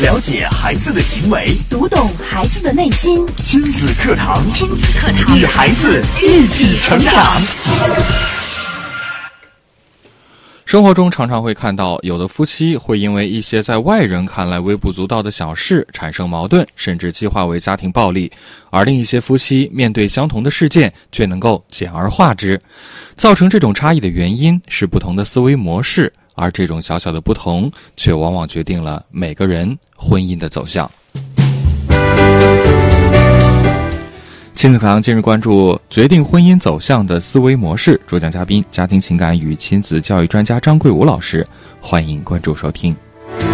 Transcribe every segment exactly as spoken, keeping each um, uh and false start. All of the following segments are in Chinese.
了解孩子的行为， 读懂孩子的内心。 亲子课堂， 亲子课堂， 与孩子一起成长。 生活中常常会看到，有的夫妻会因为一些在外人看来微不足道的小事产生矛盾，甚至激化为家庭暴力；而另一些夫妻面对相同的事件，却能够简而化之。造成这种差异的原因是不同的思维模式，而这种小小的不同，却往往决定了每个人婚姻的走向。亲子课堂今日关注决定婚姻走向的思维模式，主讲嘉宾家庭情感与亲子教育专家张桂武老师，欢迎关注收听。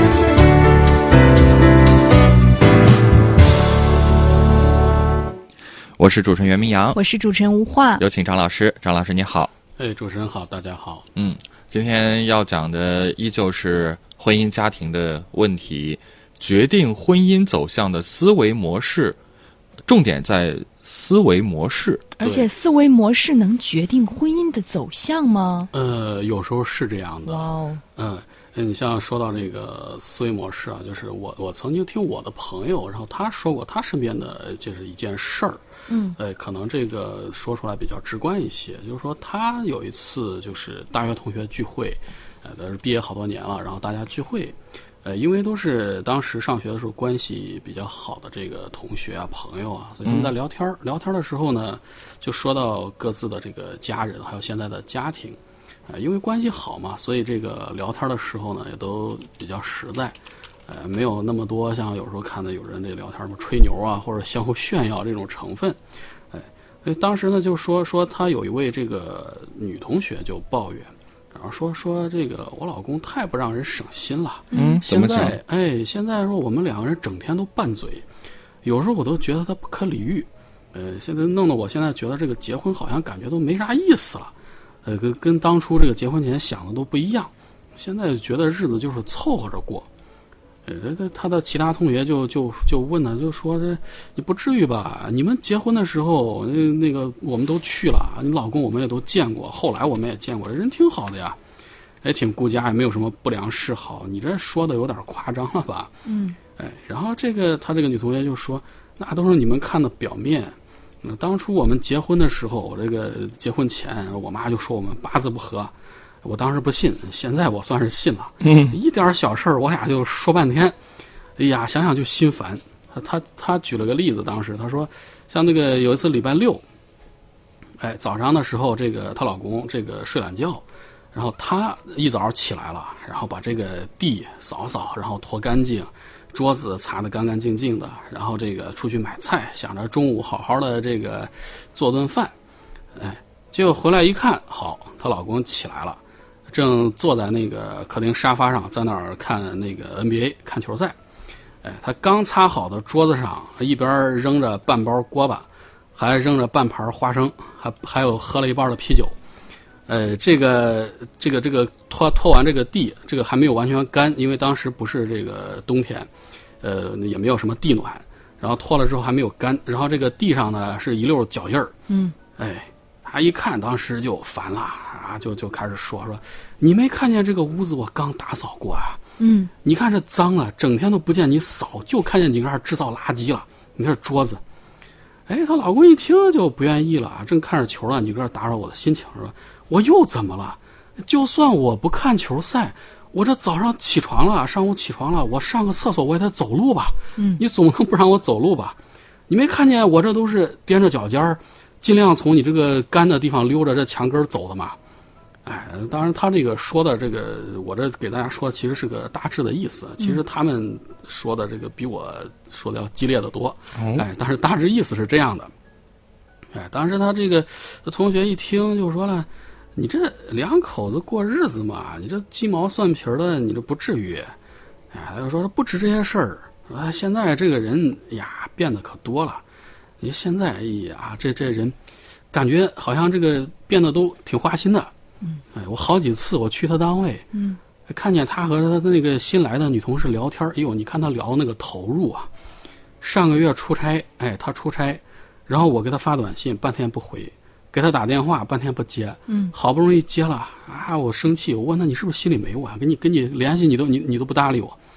我是主持人袁明阳， 我是主持人吴化， 有请张老师。张老师你好。 哎，主持人好，大家好。 嗯，今天要讲的依旧是婚姻家庭的问题，决定婚姻走向的思维模式，重点在思维模式。 而且思维模式能决定婚姻的走向吗？ 呃，有时候是这样的。 哇哦， 嗯，你像说到这个思维模式啊，就是我我曾经听我的朋友，然后他说过他身边的就是一件事儿。 嗯， 呃，可能这个说出来比较直观一些，就是说他有一次就是大学同学聚会，呃，但是毕业好多年了，然后大家聚会。呃，因为都是当时上学的时候关系比较好的这个同学啊、朋友啊，所以他们在聊天、嗯、聊天的时候呢，就说到各自的这个家人，还有现在的家庭。呃，因为关系好嘛，所以这个聊天的时候呢，也都比较实在。呃，没有那么多像有时候看的有人这聊天什么吹牛啊，或者相互炫耀这种成分。哎，所以当时呢，就说说他有一位这个女同学就抱怨。然后说说这个我老公太不让人省心了， 嗯， 现在哎，现在说我们两个人整天都拌嘴，有时候我都觉得他不可理喻，呃，现在弄得我现在觉得这个结婚好像感觉都没啥意思了，呃，跟跟当初这个结婚前想的都不一样，现在觉得日子就是凑合着过。呃，这他的其他同学就就就问他，就说这你不至于吧？你们结婚的时候，那那个我们都去了，你老公我们也都见过，后来我们也见过，人挺好的呀，也挺顾家，也没有什么不良嗜好。你这说的有点夸张了吧？ 嗯， 哎，然后这个他这个女同学就说，那都是你们看的表面。那当初我们结婚的时候，这个结婚前，我妈就说我们八字不合。我当时不信，现在我算是信了。 嗯， 一点小事儿我俩就说半天，哎呀，想想就心烦。他他他举了个例子，当时他说，像那个有一次礼拜六，哎，早上的时候，这个她老公这个睡懒觉，然后她一早起来了，然后把这个地扫扫，然后拖干净，桌子擦得干干净净的，然后这个出去买菜，想着中午好好的这个做顿饭，哎，结果回来一看，好，她老公起来了。正坐在那个客厅沙发上，在那儿看那个 N B A 看球赛，哎，他刚擦好的桌子上，一边扔着半包锅巴，还扔着半盘花生，还还有喝了一半的啤酒。呃，这个这个这个拖拖完这个地，这个还没有完全干，因为当时不是这个冬天，呃，也没有什么地暖，然后拖了之后还没有干，然后这个地上呢是一溜脚印儿， 嗯， 哎。他一看，当时就烦了啊，就就开始说说，你没看见这个屋子我刚打扫过啊？ 嗯， 你看这脏了，整天都不见你扫，就看见你这儿制造垃圾了。你这桌子，哎，她老公一听就不愿意了，正看着球呢，你这打扰我的心情是吧？我又怎么了？就算我不看球赛，我这早上起床了，上午起床了，我上个厕所我也得走路吧？ 嗯， 你总能不让我走路吧？你没看见我这都是踮着脚尖儿。尽量从你这个干的地方溜着这墙根走的嘛，哎，当然他这个说的这个，我这给大家说其实是个大致的意思，其实他们说的这个比我说的要激烈的多，哎，但是大致意思是这样的，哎，当时他这个同学一听就说了，你这两口子过日子嘛，你这鸡毛蒜皮的，你这不至于，哎，他就说不止这些事儿，说现在这个人呀变得可多了。你现在哎呀，这这人，感觉好像这个变得都挺花心的。 嗯， 哎，我好几次我去他单位， 嗯， 看见他和他的那个新来的女同事聊天，哎呦，你看他聊那个投入啊。上个月出差，哎，他出差，然后我给他发短信，半天不回；给他打电话，半天不接。 嗯， 好不容易接了啊，我生气，我问他你是不是心里没我啊？跟你跟你联系你都你你都不搭理我。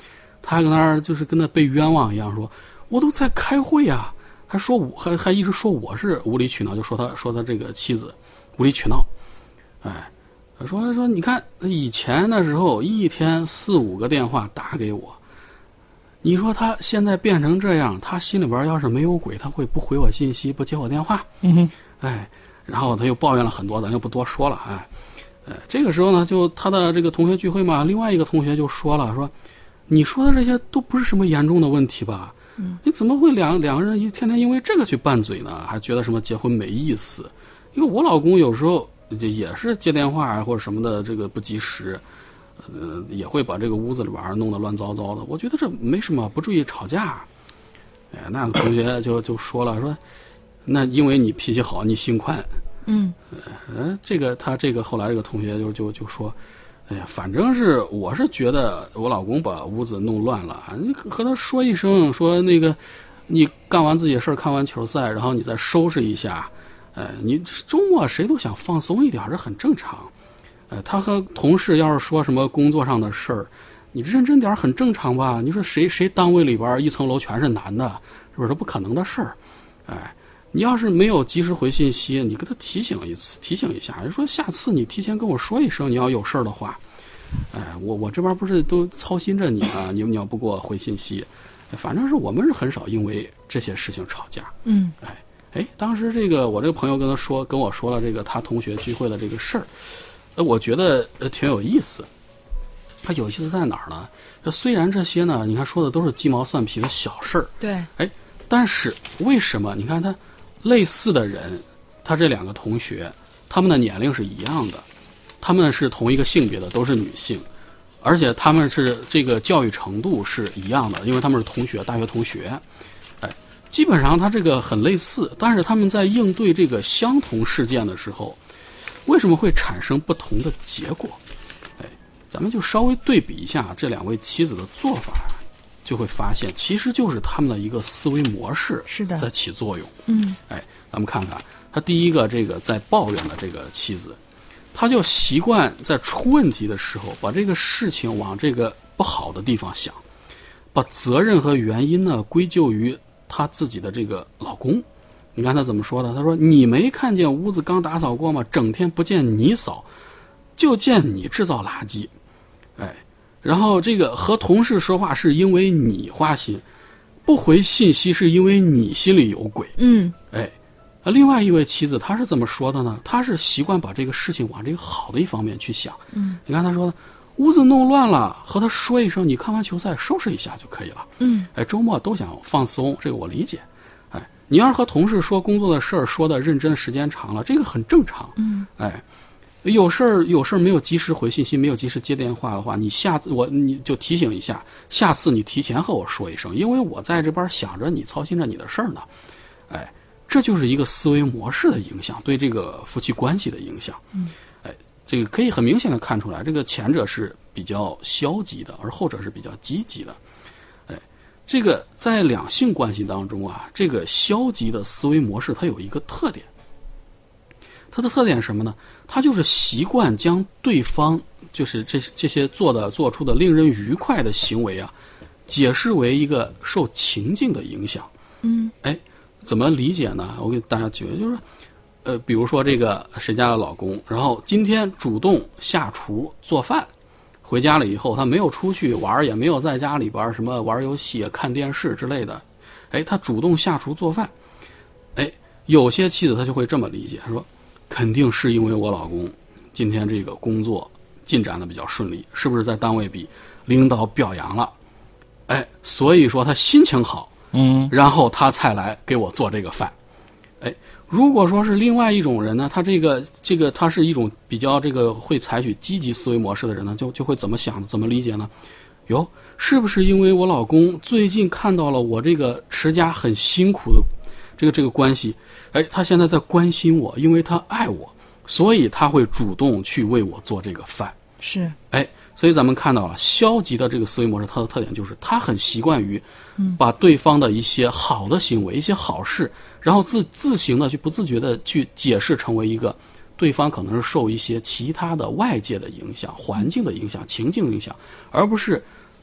他还跟那儿就是跟那被冤枉一样说，我都在开会啊，还说我还还一直说我是无理取闹，就说他说他这个妻子无理取闹。哎，他说他说你看以前的时候一天四五个电话打给我，你说他现在变成这样，他心里边要是没有鬼，他会不回我信息，不接我电话？ 嗯哼， 哎，然后他又抱怨了很多，咱就不多说了。哎，呃，这个时候呢，就他的这个同学聚会嘛，另外一个同学就说了，说你说的这些都不是什么严重的问题吧？嗯，你怎么会两两个人一天天因为这个去拌嘴呢？还觉得什么结婚没意思？因为我老公有时候也是接电话啊或者什么的，这个不及时。呃，也会把这个屋子里边弄得乱糟糟的。我觉得这没什么，不注意吵架。哎，那个同学就就说了，说那因为你脾气好，你心宽。 嗯， 呃，这个他这个后来这个同学就就就说，哎呀，反正是我是觉得我老公把屋子弄乱了，你和他说一声，说那个你干完自己的事，看完球赛，然后你再收拾一下。哎，你周末谁都想放松一点，这很正常。呃，他和同事要是说什么工作上的事儿，你认真点很正常吧？你说谁谁单位里边一层楼全是男的，是不是？这不可能的事儿。哎，你要是没有及时回信息，你跟他提醒一次，提醒一下，就说下次你提前跟我说一声，你要有事儿的话，哎，我我这边不是都操心着你啊，你你要不给我回信息，反正是我们是很少因为这些事情吵架。 嗯， 哎哎，当时这个我这个朋友跟他说，跟我说了这个他同学聚会的这个事儿。呃，我觉得呃挺有意思。它有意思在哪儿呢？这虽然这些呢，你看说的都是鸡毛蒜皮的小事儿， 对， 哎，但是为什么？你看他类似的人，他这两个同学，他们的年龄是一样的，他们是同一个性别的，都是女性，而且他们是这个教育程度是一样的，因为他们是同学，大学同学，哎，基本上他这个很类似，但是他们在应对这个相同事件的时候。为什么会产生不同的结果？哎，咱们就稍微对比一下这两位妻子的做法，就会发现，其实就是他们的一个思维模式是的在起作用。 嗯， 哎，咱们看看他第一个这个在抱怨的这个妻子，他就习惯在出问题的时候，把这个事情往这个不好的地方想，把责任和原因呢归咎于他自己的这个老公。你看他怎么说的？他说：“你没看见屋子刚打扫过吗？整天不见你扫，就见你制造垃圾。”哎，然后这个和同事说话是因为你花心，不回信息是因为你心里有鬼。 嗯， 哎，另外一位妻子她是怎么说的呢？她是习惯把这个事情往这个好的一方面去想。 嗯， 你看她说的，屋子弄乱了，和他说一声，你看完球赛收拾一下就可以了。 嗯， 哎，周末都想放松，这个我理解。哎，你要是和同事说工作的事儿，说的认真，时间长了，这个很正常。 嗯， 哎，有事儿有事儿没有及时回信息，没有及时接电话的话，你下次我你就提醒一下，下次你提前和我说一声，因为我在这边想着你，操心着你的事儿呢。哎，这就是一个思维模式的影响，对这个夫妻关系的影响。 嗯， 哎，这个可以很明显的看出来，这个前者是比较消极的，而后者是比较积极的。哎，这个在两性关系当中啊，这个消极的思维模式它有一个特点，它的特点是什么呢？它就是习惯将对方就是这这些做的做出的令人愉快的行为啊，解释为一个受情境的影响。 嗯， 哎，怎么理解呢？我给大家举个，就是呃，比如说这个谁家的老公，然后今天主动下厨做饭，回家了以后，他没有出去玩，也没有在家里边什么玩游戏、看电视之类的，哎，他主动下厨做饭，哎，有些妻子她就会这么理解，说肯定是因为我老公今天这个工作进展的比较顺利，是不是在单位比领导表扬了？哎，所以说他心情好， 嗯， 然后他才来给我做这个饭。哎，如果说是另外一种人呢，他这个这个他是一种比较这个会采取积极思维模式的人呢，就就会怎么想怎么理解呢？哟，是不是因为我老公最近看到了我这个持家很辛苦的这个这个关系，哎，他现在在关心我，因为他爱我，所以他会主动去为我做这个饭。 是， 哎，所以咱们看到了消极的这个思维模式，它的特点就是他很习惯于把对方的一些好的行为、一些好事，然后自自行的去不自觉的去解释成为一个对方可能是受一些其他的外界的影响、环境的影响、情境影响，而不是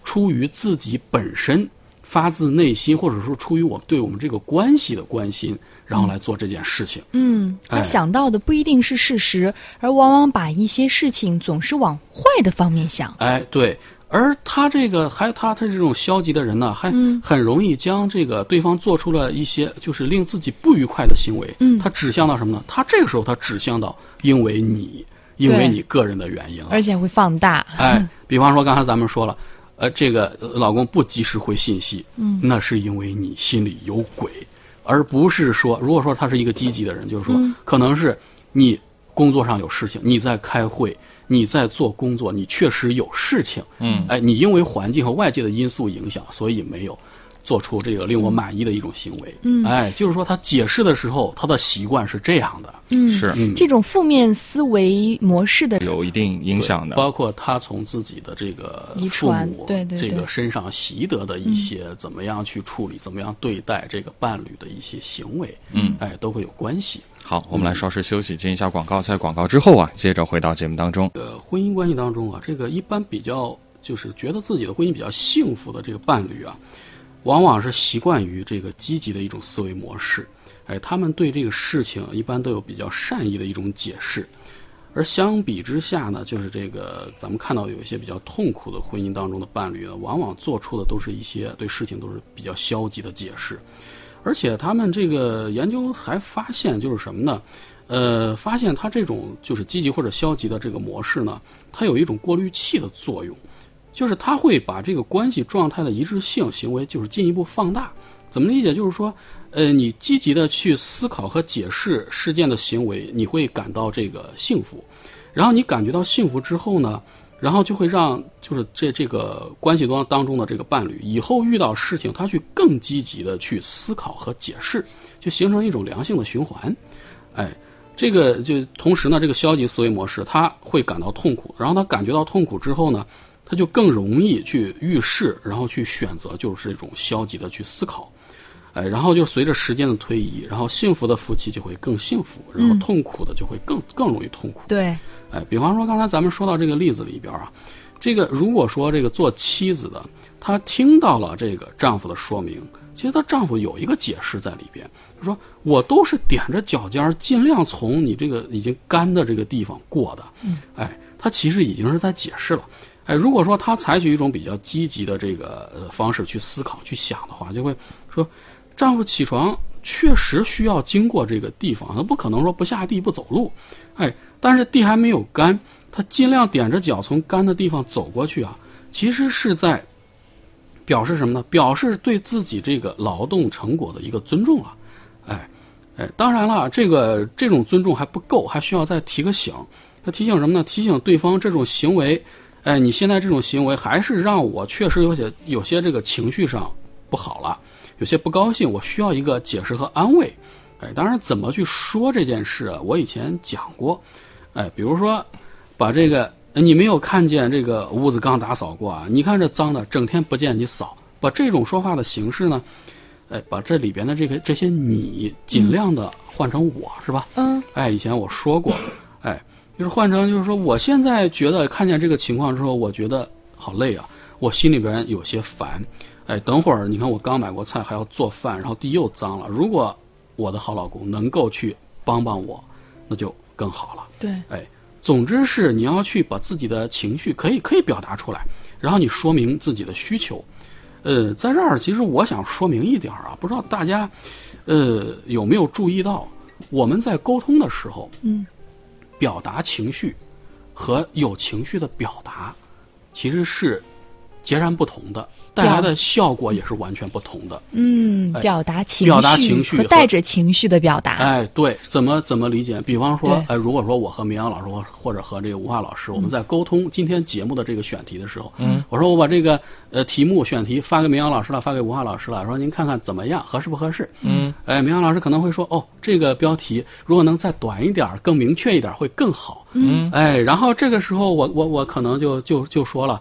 出于自己本身发自内心，或者说出于我对我们这个关系的关心，然后来做这件事情。 嗯，他想到的不一定是事实，哎、而往往把一些事情总是往坏的方面想。 哎，对。而他这个还有他他这种消极的人呢，还很容易将这个对方做出了一些就是令自己不愉快的行为，嗯，他指向到什么呢？他这个时候他指向到因为你因为你个人的原因了， 而且会放大。 哎，比方说刚才咱们说了，呃，这个老公不及时回信息，嗯，那是因为你心里有鬼，而不是说，如果说他是一个积极的人，就是说，嗯、可能是你工作上有事情，你在开会。你在做工作，你确实有事情，嗯，哎，你因为环境和外界的因素影响，所以没有做出这个令我满意的一种行为，嗯，哎，就是说他解释的时候，他的习惯是这样的， 嗯， 是、 嗯、这种负面思维模式的有一定影响的， 包括他从自己的这个父母对对对这个身上习得的一些怎么样去处理、嗯、怎么样对待这个伴侣的一些行为，嗯，哎，都会有关系。 好，我们来稍事休息，接一下广告。在广告之后啊，接着回到节目当中。 呃，婚姻关系当中啊，这个一般比较就是觉得自己的婚姻比较幸福的这个伴侣啊，往往是习惯于这个积极的一种思维模式。哎，他们对这个事情一般都有比较善意的一种解释。而相比之下呢，就是这个咱们看到有一些比较痛苦的婚姻当中的伴侣呢，往往做出的都是一些对事情都是比较消极的解释。而且他们这个研究还发现，就是什么呢？呃，发现他这种就是积极或者消极的这个模式呢，它有一种过滤器的作用，就是它会把这个关系状态的一致性行为就是进一步放大。怎么理解？就是说，呃，你积极的去思考和解释事件的行为，你会感到这个幸福，然后你感觉到幸福之后呢？然后就会让就是这这个关系当当中的这个伴侣以后遇到事情，他去更积极的去思考和解释，就形成一种良性的循环。哎，这个就同时呢，这个消极思维模式他会感到痛苦，然后他感觉到痛苦之后呢，他就更容易去预示，然后去选择就是这种消极的去思考。哎，然后就随着时间的推移，然后幸福的夫妻就会更幸福，然后痛苦的就会更、嗯、更容易痛苦。 对。 哎，比方说刚才咱们说到这个例子里边啊，这个如果说这个做妻子的，她听到了这个丈夫的说明，其实她丈夫有一个解释在里边，就说我都是踮着脚尖尽量从你这个已经干的这个地方过的。嗯，哎，他其实已经是在解释了。哎，如果说他采取一种比较积极的这个呃方式去思考去想的话，就会说丈夫起床确实需要经过这个地方，他不可能说不下地不走路。哎，但是地还没有干，他尽量踮着脚从干的地方走过去啊，其实是在表示什么呢？表示对自己这个劳动成果的一个尊重啊。哎哎，当然了，这个这种尊重还不够，还需要再提个醒。他提醒什么呢？提醒对方这种行为，哎，你现在这种行为还是让我确实有些有些这个情绪上不好了，有些不高兴，我需要一个解释和安慰。哎，当然怎么去说这件事啊，我以前讲过。哎，比如说把这个你没有看见这个屋子刚打扫过啊，你看这脏的整天不见你扫，把这种说话的形式呢，哎，把这里边的这个这些你尽量的换成我、嗯、是吧？嗯，哎，以前我说过，哎，就是换成就是说我现在觉得看见这个情况之后，我觉得好累啊，我心里边有些烦。哎，等会儿你看我刚买过菜还要做饭，然后地又脏了，如果我的好老公能够去帮帮我，那就更好了。 对， 哎，总之是你要去把自己的情绪可以可以表达出来，然后你说明自己的需求。呃，在这儿其实我想说明一点啊，不知道大家呃有没有注意到，我们在沟通的时候，嗯，表达情绪和有情绪的表达其实是截然不同的，带来的效果也是完全不同的。 嗯， 哎、 表达情绪， 表达情绪和带着情绪的表达。 哎，对，怎么怎么理解？比方说，哎，如果说我和明阳老师或者和这个吴华老师，我们在沟通今天节目的这个选题的时候，嗯，我说我把这个呃题目选题发给明阳老师了，发给吴华老师了，说您看看怎么样，合适不合适？嗯，哎，明阳老师可能会说，哦，这个标题如果能再短一点，更明确一点会更好。嗯，哎，然后这个时候我我我可能就就就说了。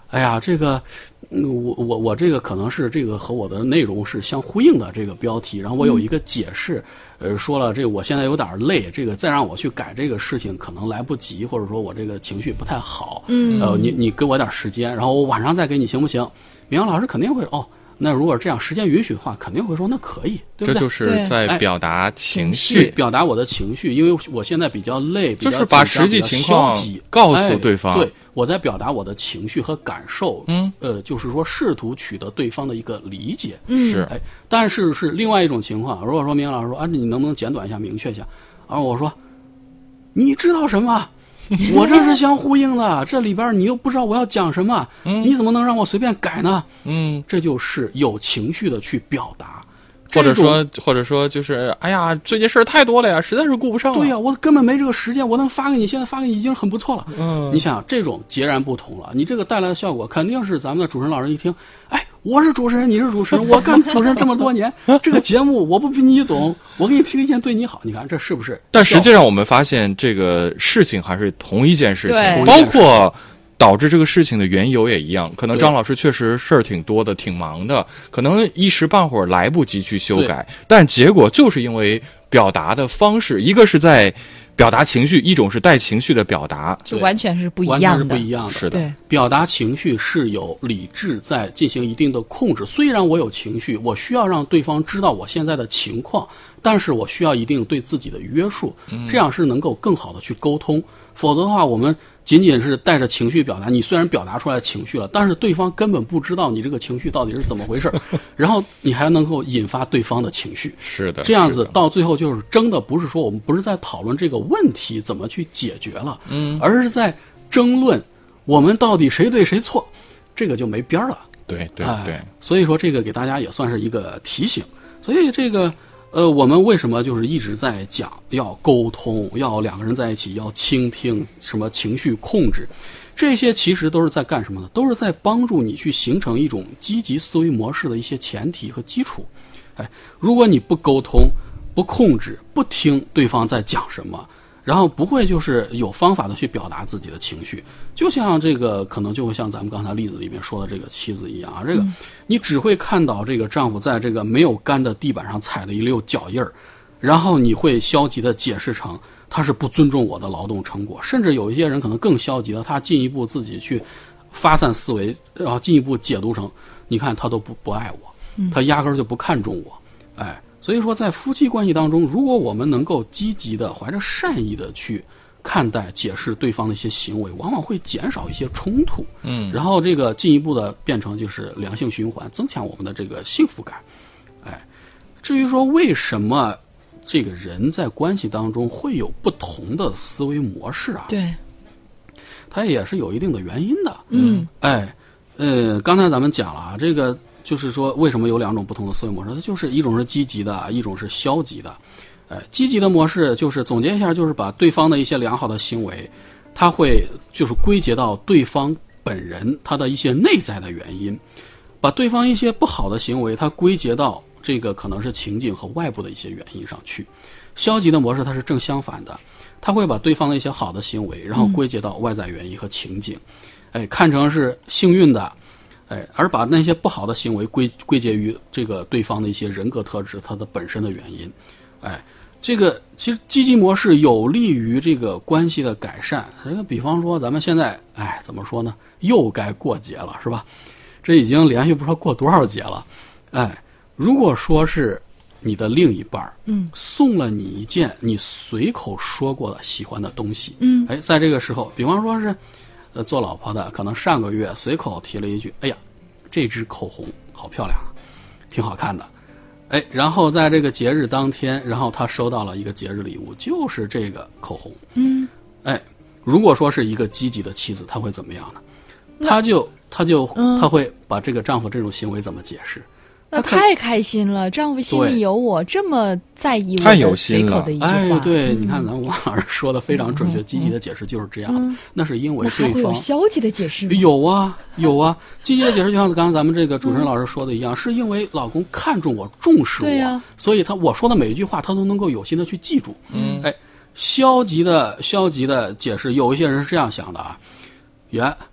哎呀，这个，嗯、我我我这个可能是这个和我的内容是相呼应的这个标题，然后我有一个解释，嗯、呃，说了这个我现在有点累，这个再让我去改这个事情可能来不及，或者说我这个情绪不太好， 嗯， 呃，你你给我点时间，然后我晚上再给你行不行？明阳老师肯定会哦。那如果这样时间允许的话，肯定会说那可以，对不对？ 这就是在表达情绪， 对，表达我的情绪，因为我现在比较累，比较就是把实际情况告诉对方。 哎、对，我在表达我的情绪和感受， 嗯， 呃，就是说试图取得对方的一个理解， 嗯， 是， 哎，但是是另外一种情况。如果说明老师说啊，你能不能简短一下、明确一下？而我说，你知道什么？我这是相呼应的，这里边你又不知道我要讲什么， 嗯、 你怎么能让我随便改呢？ 嗯， 这就是有情绪的去表达， 或者说，或者说就是，哎呀，最近事儿太多了呀，实在是顾不上了。 对呀、啊，我根本没这个时间，我能发给你，现在发给你已经很不错了。 嗯， 你想想，这种截然不同了，你这个带来的效果肯定是咱们的主持人老师一听，哎。我是主持人，你是主持人，我干主持人这么多年，这个节目我不比你懂，我给你提个意见对你好，你看这是不是？ 但实际上我们发现这个事情还是同一件事情， 包括导致这个事情的缘由也一样。可能张老师确实事儿挺多的，挺忙的，可能一时半会儿来不及去修改，但结果就是因为表达的方式，一个是在表达情绪，一种是带情绪的表达， 就完全是不一样的， 完全是不一样的。 是的， 表达情绪是有理智在进行一定的控制。虽然我有情绪，我需要让对方知道我现在的情况，但是我需要一定对自己的约束， 嗯、 这样是能够更好的去沟通。否则的话，我们仅仅是带着情绪表达，你虽然表达出来情绪了，但是对方根本不知道你这个情绪到底是怎么回事，然后你还能够引发对方的情绪。 是的， 这样子到最后就是争的不是说我们不是在讨论这个问题怎么去解决了， 嗯， 而是在争论我们到底谁对谁错，这个就没边儿了。 对对对、 哎，所以说这个给大家也算是一个提醒。所以这个呃，我们为什么就是一直在讲要沟通，要两个人在一起要倾听，什么情绪控制，这些其实都是在干什么呢？都是在帮助你去形成一种积极思维模式的一些前提和基础。哎，如果你不沟通、不控制、不听对方在讲什么，然后不会就是有方法的去表达自己的情绪，就像这个可能就会像咱们刚才例子里面说的这个妻子一样啊，这个你只会看到这个丈夫在这个没有干的地板上踩了一溜脚印儿，然后你会消极的解释成他是不尊重我的劳动成果，甚至有一些人可能更消极的，他进一步自己去发散思维，然后进一步解读成你看他都不不爱我，他压根儿就不看重我，哎。所以说在夫妻关系当中，如果我们能够积极的怀着善意的去看待解释对方的一些行为，往往会减少一些冲突， 嗯， 然后这个进一步的变成就是良性循环，增强我们的这个幸福感。哎，至于说为什么这个人在关系当中会有不同的思维模式啊， 对， 它也是有一定的原因的。 嗯， 哎，呃，刚才咱们讲了啊，这个就是说为什么有两种不同的思维模式，它就是一种是积极的，一种是消极的。哎，积极的模式就是总结一下，就是把对方的一些良好的行为，他会就是归结到对方本人他的一些内在的原因，把对方一些不好的行为，他归结到这个可能是情境和外部的一些原因上去。消极的模式它是正相反的，他会把对方的一些好的行为，然后归结到外在原因和情境，嗯、哎，看成是幸运的。哎，而把那些不好的行为归归结于这个对方的一些人格特质，它的本身的原因。哎，这个其实积极模式有利于这个关系的改善。这个比方说咱们现在，哎，怎么说呢？又该过节了，是吧？这已经连续不知道过多少节了。哎，如果说是你的另一半， 嗯， 送了你一件你随口说过的喜欢的东西， 嗯， 哎，在这个时候，比方说是。呃，做老婆的可能上个月随口提了一句：“哎呀，这支口红好漂亮啊，挺好看的。”哎，然后在这个节日当天，然后他收到了一个节日礼物，就是这个口红。 嗯， 哎，如果说是一个积极的妻子，她会怎么样呢？她就她就嗯她会把这个丈夫这种行为怎么解释？ 那太开心了，丈夫心里有我，这么在意我的随口的一句话。 哎，对， 嗯、 你看咱们王老师说的非常准确，嗯、积极的解释就是这样的。 嗯、 那是因为对方那还会有消极的解释吗？ 有啊，有啊，积极的解释就像刚刚咱们这个主持人老师说的一样，嗯、是因为老公看重我、重视我， 啊、 所以他我说的每一句话他都能够有心的去记住。 嗯， 哎，消极的消极的解释，有一些人是这样想的啊，原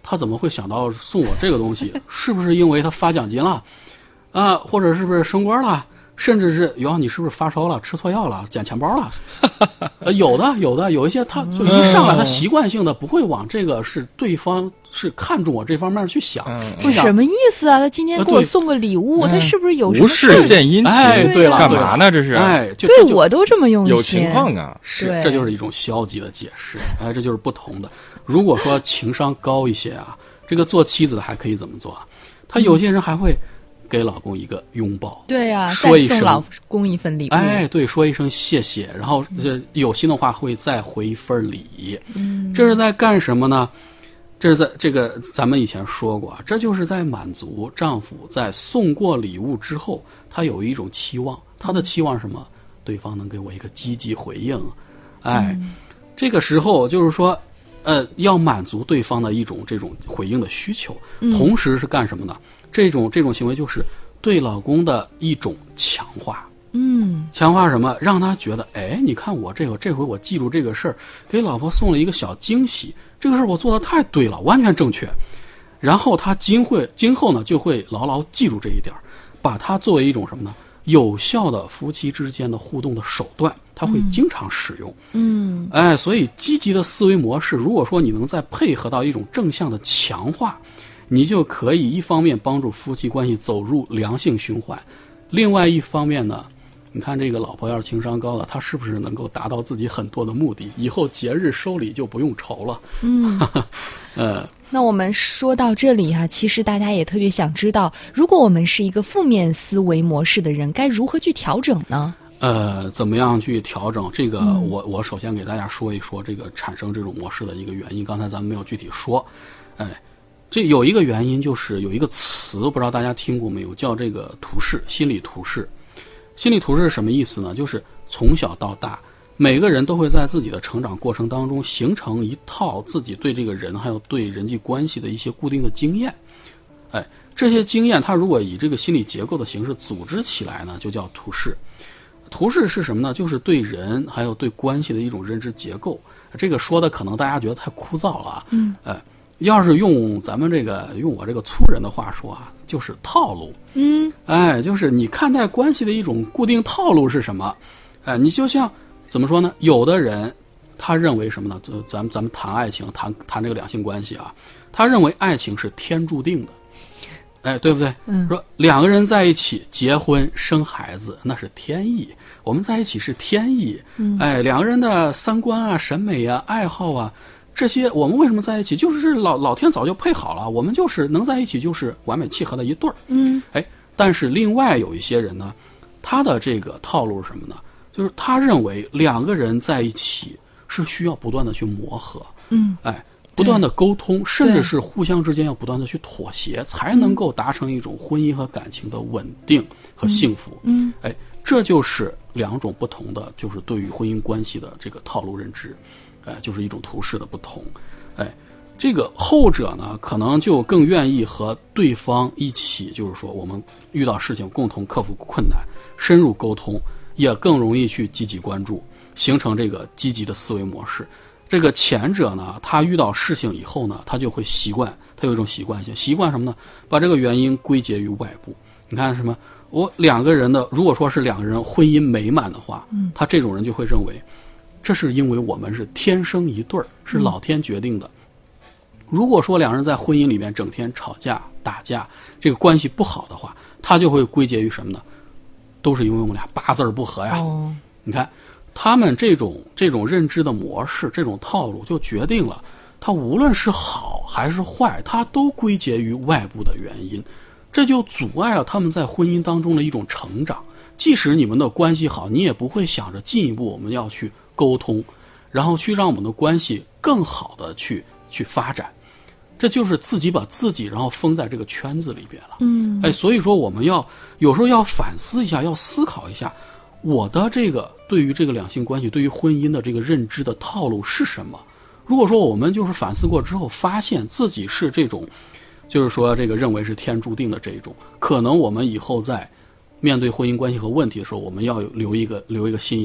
他怎么会想到送我这个东西？是不是因为他发奖金了啊？或者是不是升官了？甚至是哟，你是不是发烧了，吃错药了，捡钱包了？呃，有的，有的，有一些他就一上来他习惯性的不会往这个是对方是看重我这方面去想， 是什么意思啊？他今天给我送个礼物， 呃、 他是不是有什么无事献殷勤？ 哎，对了， 干嘛呢？这是哎，就对我都这么用心， 有情况啊， 是，这就是一种消极的解释，哎，这就是不同的。如果说情商高一些啊，这个做妻子的还可以怎么做啊？他有些人还会给老公一个拥抱， 对呀、啊， 说一声再送老公一份礼物， 哎，对，说一声谢谢，然后这有心的话会再回一份礼，嗯，这是在干什么呢？这是在这个咱们以前说过，这就是在满足丈夫在送过礼物之后，他有一种期望，他的期望是什么？对方能给我一个积极回应，哎，嗯、这个时候就是说，呃，要满足对方的一种这种回应的需求，同时是干什么呢？这种这种行为就是对老公的一种强化，嗯，强化什么？让他觉得，哎，你看我这个这回我记住这个事儿，给老婆送了一个小惊喜，这个事儿我做的太对了，完全正确。然后他今会今后呢就会牢牢记住这一点，把它作为一种什么呢？有效的夫妻之间的互动的手段，他会经常使用。嗯，哎，所以积极的思维模式，如果说你能再配合到一种正向的强化，你就可以一方面帮助夫妻关系走入良性循环，另外一方面呢，你看这个老婆要是情商高了，她是不是能够达到自己很多的目的？以后节日收礼就不用愁了。嗯，呃， 那我们说到这里哈、啊，其实大家也特别想知道，如果我们是一个负面思维模式的人，该如何去调整呢？ 呃，怎么样去调整？这个我我首先给大家说一说这个产生这种模式的一个原因。刚才咱们没有具体说，哎。这有一个原因，就是有一个词，不知道大家听过没有，叫这个图示，心理图示。心理图示是什么意思呢？就是从小到大，每个人都会在自己的成长过程当中形成一套自己对这个人还有对人际关系的一些固定的经验。哎，这些经验它如果以这个心理结构的形式组织起来呢，就叫图示。图示是什么呢？就是对人还有对关系的一种认知结构。这个说的可能大家觉得太枯燥了啊。嗯。哎。要是用咱们这个用我这个粗人的话说啊，就是套路。嗯，哎，就是你看待关系的一种固定套路是什么？哎，你就像怎么说呢？有的人他认为什么呢？就咱们咱们谈爱情，谈谈这个两性关系啊，他认为爱情是天注定的。哎，对不对？嗯，说两个人在一起结婚生孩子那是天意，我们在一起是天意。嗯，哎，两个人的三观啊、审美啊、爱好啊。这些我们为什么在一起？就是老老天早就配好了，我们就是能在一起，就是完美契合的一对儿。嗯，哎，但是另外有一些人呢，他的这个套路是什么呢？就是他认为两个人在一起是需要不断的去磨合，嗯，哎，不断的沟通，甚至是互相之间要不断的去妥协，才能够达成一种婚姻和感情的稳定和幸福。嗯，哎，这就是两种不同的，就是对于婚姻关系的这个套路认知。哎，就是一种图示的不同，哎，这个后者呢，可能就更愿意和对方一起，就是说我们遇到事情共同克服困难，深入沟通，也更容易去积极关注，形成这个积极的思维模式。这个前者呢，他遇到事情以后呢，他就会习惯，他有一种习惯性，习惯什么呢？把这个原因归结于外部。你看什么？我两个人的，如果说是两个人婚姻美满的话，嗯，他这种人就会认为。这是因为我们是天生一对儿，是老天决定的。如果说两人在婚姻里面整天吵架打架，这个关系不好的话，他就会归结于什么呢？都是因为我们俩八字不合呀。哦，你看他们这种这种认知的模式，这种套路就决定了，他无论是好还是坏，他都归结于外部的原因，这就阻碍了他们在婚姻当中的一种成长。即使你们的关系好，你也不会想着进一步我们要去沟通，然后去让我们的关系更好的去去发展，这就是自己把自己然后封在这个圈子里边了。嗯，哎，所以说我们要有时候要反思一下，要思考一下，我的这个对于这个两性关系、对于婚姻的这个认知的套路是什么？如果说我们就是反思过之后，发现自己是这种，就是说这个认为是天注定的这一种，可能我们以后在面对婚姻关系和问题的时候，我们要留一个留一个心眼儿。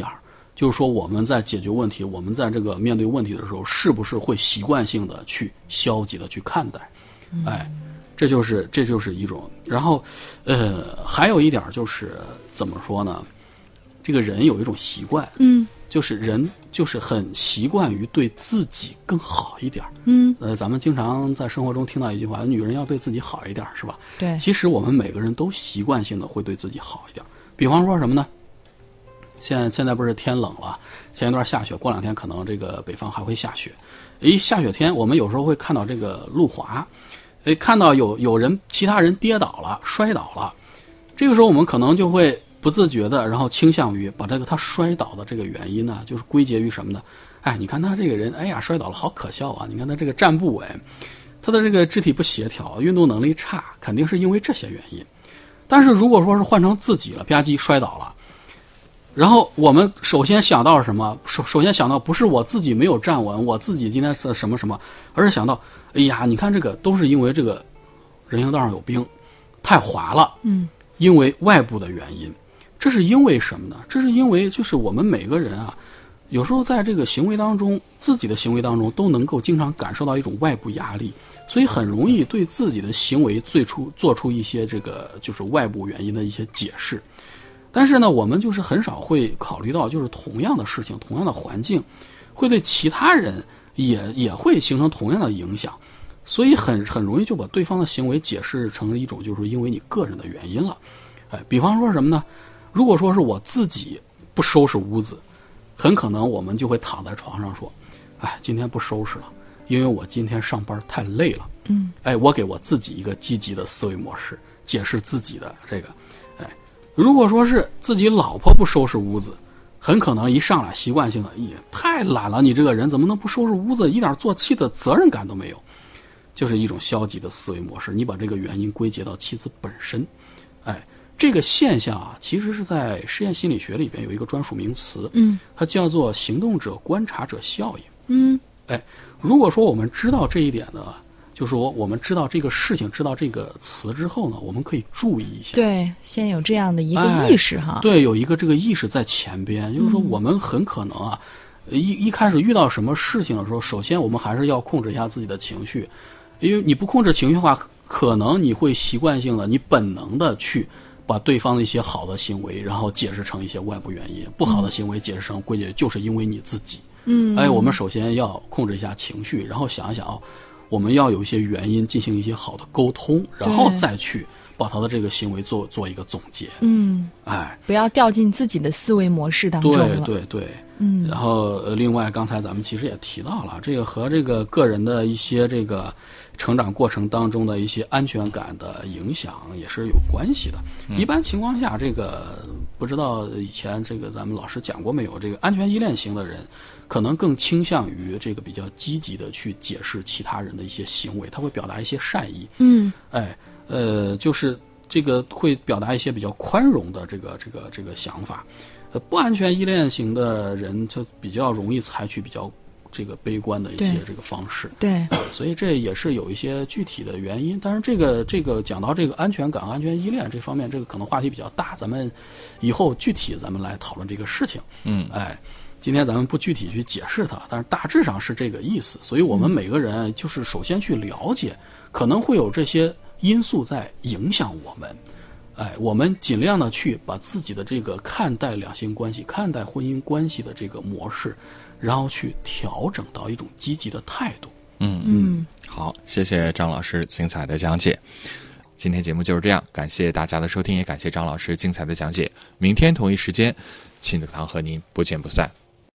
就是说我们在解决问题，我们在这个面对问题的时候，是不是会习惯性的去消极的去看待？哎，这就是这就是一种。然后，呃，还有一点就是怎么说呢？这个人有一种习惯， 嗯， 就是人就是很习惯于对自己更好一点。 嗯， 呃，咱们经常在生活中听到一句话：女人要对自己好一点，是吧？ 对。 其实我们每个人都习惯性的会对自己好一点。比方说什么呢？现在现在不是天冷了，前一段下雪，过两天可能这个北方还会下雪。一下雪天，我们有时候会看到这个路滑，诶，看到有有人其他人跌倒了、摔倒了，这个时候我们可能就会不自觉的，然后倾向于把这个他摔倒的这个原因呢，就是归结于什么呢？哎，你看他这个人，哎呀，摔倒了，好可笑啊！你看他这个站不稳，他的这个肢体不协调，运动能力差，肯定是因为这些原因。但是如果说是换成自己了，吧唧摔倒了。然后我们首先想到什么？首首先想到不是我自己没有站稳，我自己今天是什么什么，而是想到，哎呀，你看这个都是因为这个人行道上有冰，太滑了， 嗯， 因为外部的原因。这是因为什么呢？这是因为就是我们每个人啊，有时候在这个行为当中，自己的行为当中都能够经常感受到一种外部压力，所以很容易对自己的行为最初做出一些这个就是外部原因的一些解释。但是呢，我们就是很少会考虑到，就是同样的事情、同样的环境，会对其他人也也会形成同样的影响，所以很很容易就把对方的行为解释成一种就是因为你个人的原因了。哎，比方说什么呢？如果说是我自己不收拾屋子，很可能我们就会躺在床上说：“哎，今天不收拾了，因为我今天上班太累了。” 嗯， 哎，我给我自己一个积极的思维模式，解释自己的这个。如果说是自己老婆不收拾屋子，很可能一上来习惯性的，也太懒了，你这个人怎么能不收拾屋子，一点做妻的责任感都没有，就是一种消极的思维模式。你把这个原因归结到妻子本身，哎，这个现象啊，其实是在实验心理学里边有一个专属名词， 嗯， 它叫做行动者观察者效应。 嗯， 哎，如果说我们知道这一点呢，就是说我们知道这个事情，知道这个词之后呢，我们可以注意一下。 对，先有这样的一个意识哈。 哎、对，有一个这个意识在前边，就是说我们很可能啊，嗯、一一开始遇到什么事情的时候，首先我们还是要控制一下自己的情绪，因为你不控制情绪的话，可能你会习惯性的、你本能的去把对方的一些好的行为，然后解释成一些外部原因，不好的行为解释成归结就是因为你自己。 嗯， 哎，我们首先要控制一下情绪，然后想一想哦。我们要有一些原因进行一些好的沟通，然后再去把他的这个行为做做一个总结。 嗯， 哎， 不要掉进自己的思维模式当中了。 对对对， 嗯。 然后呃，另外刚才咱们其实也提到了，这个和这个个人的一些这个成长过程当中的一些安全感的影响也是有关系的。嗯、一般情况下，这个不知道以前这个咱们老师讲过没有？这个安全依恋型的人。可能更倾向于这个比较积极的去解释其他人的一些行为，他会表达一些善意， 嗯， 哎，呃，就是这个会表达一些比较宽容的这个这个这个想法。呃，不安全依恋型的人就比较容易采取比较这个悲观的一些这个方式， 对， 对，所以这也是有一些具体的原因。但是这个这个讲到这个安全感、安全依恋这方面，这个可能话题比较大，咱们以后具体咱们来讨论这个事情。 嗯， 哎。今天咱们不具体去解释它，但是大致上是这个意思。所以我们每个人就是首先去了解，可能会有这些因素在影响我们。哎，我们尽量的去把自己的这个看待两性关系、看待婚姻关系的这个模式，然后去调整到一种积极的态度。 嗯嗯， 好，谢谢张老师精彩的讲解。今天节目就是这样，感谢大家的收听，也感谢张老师精彩的讲解。明天同一时间，亲子课堂和您不见不散。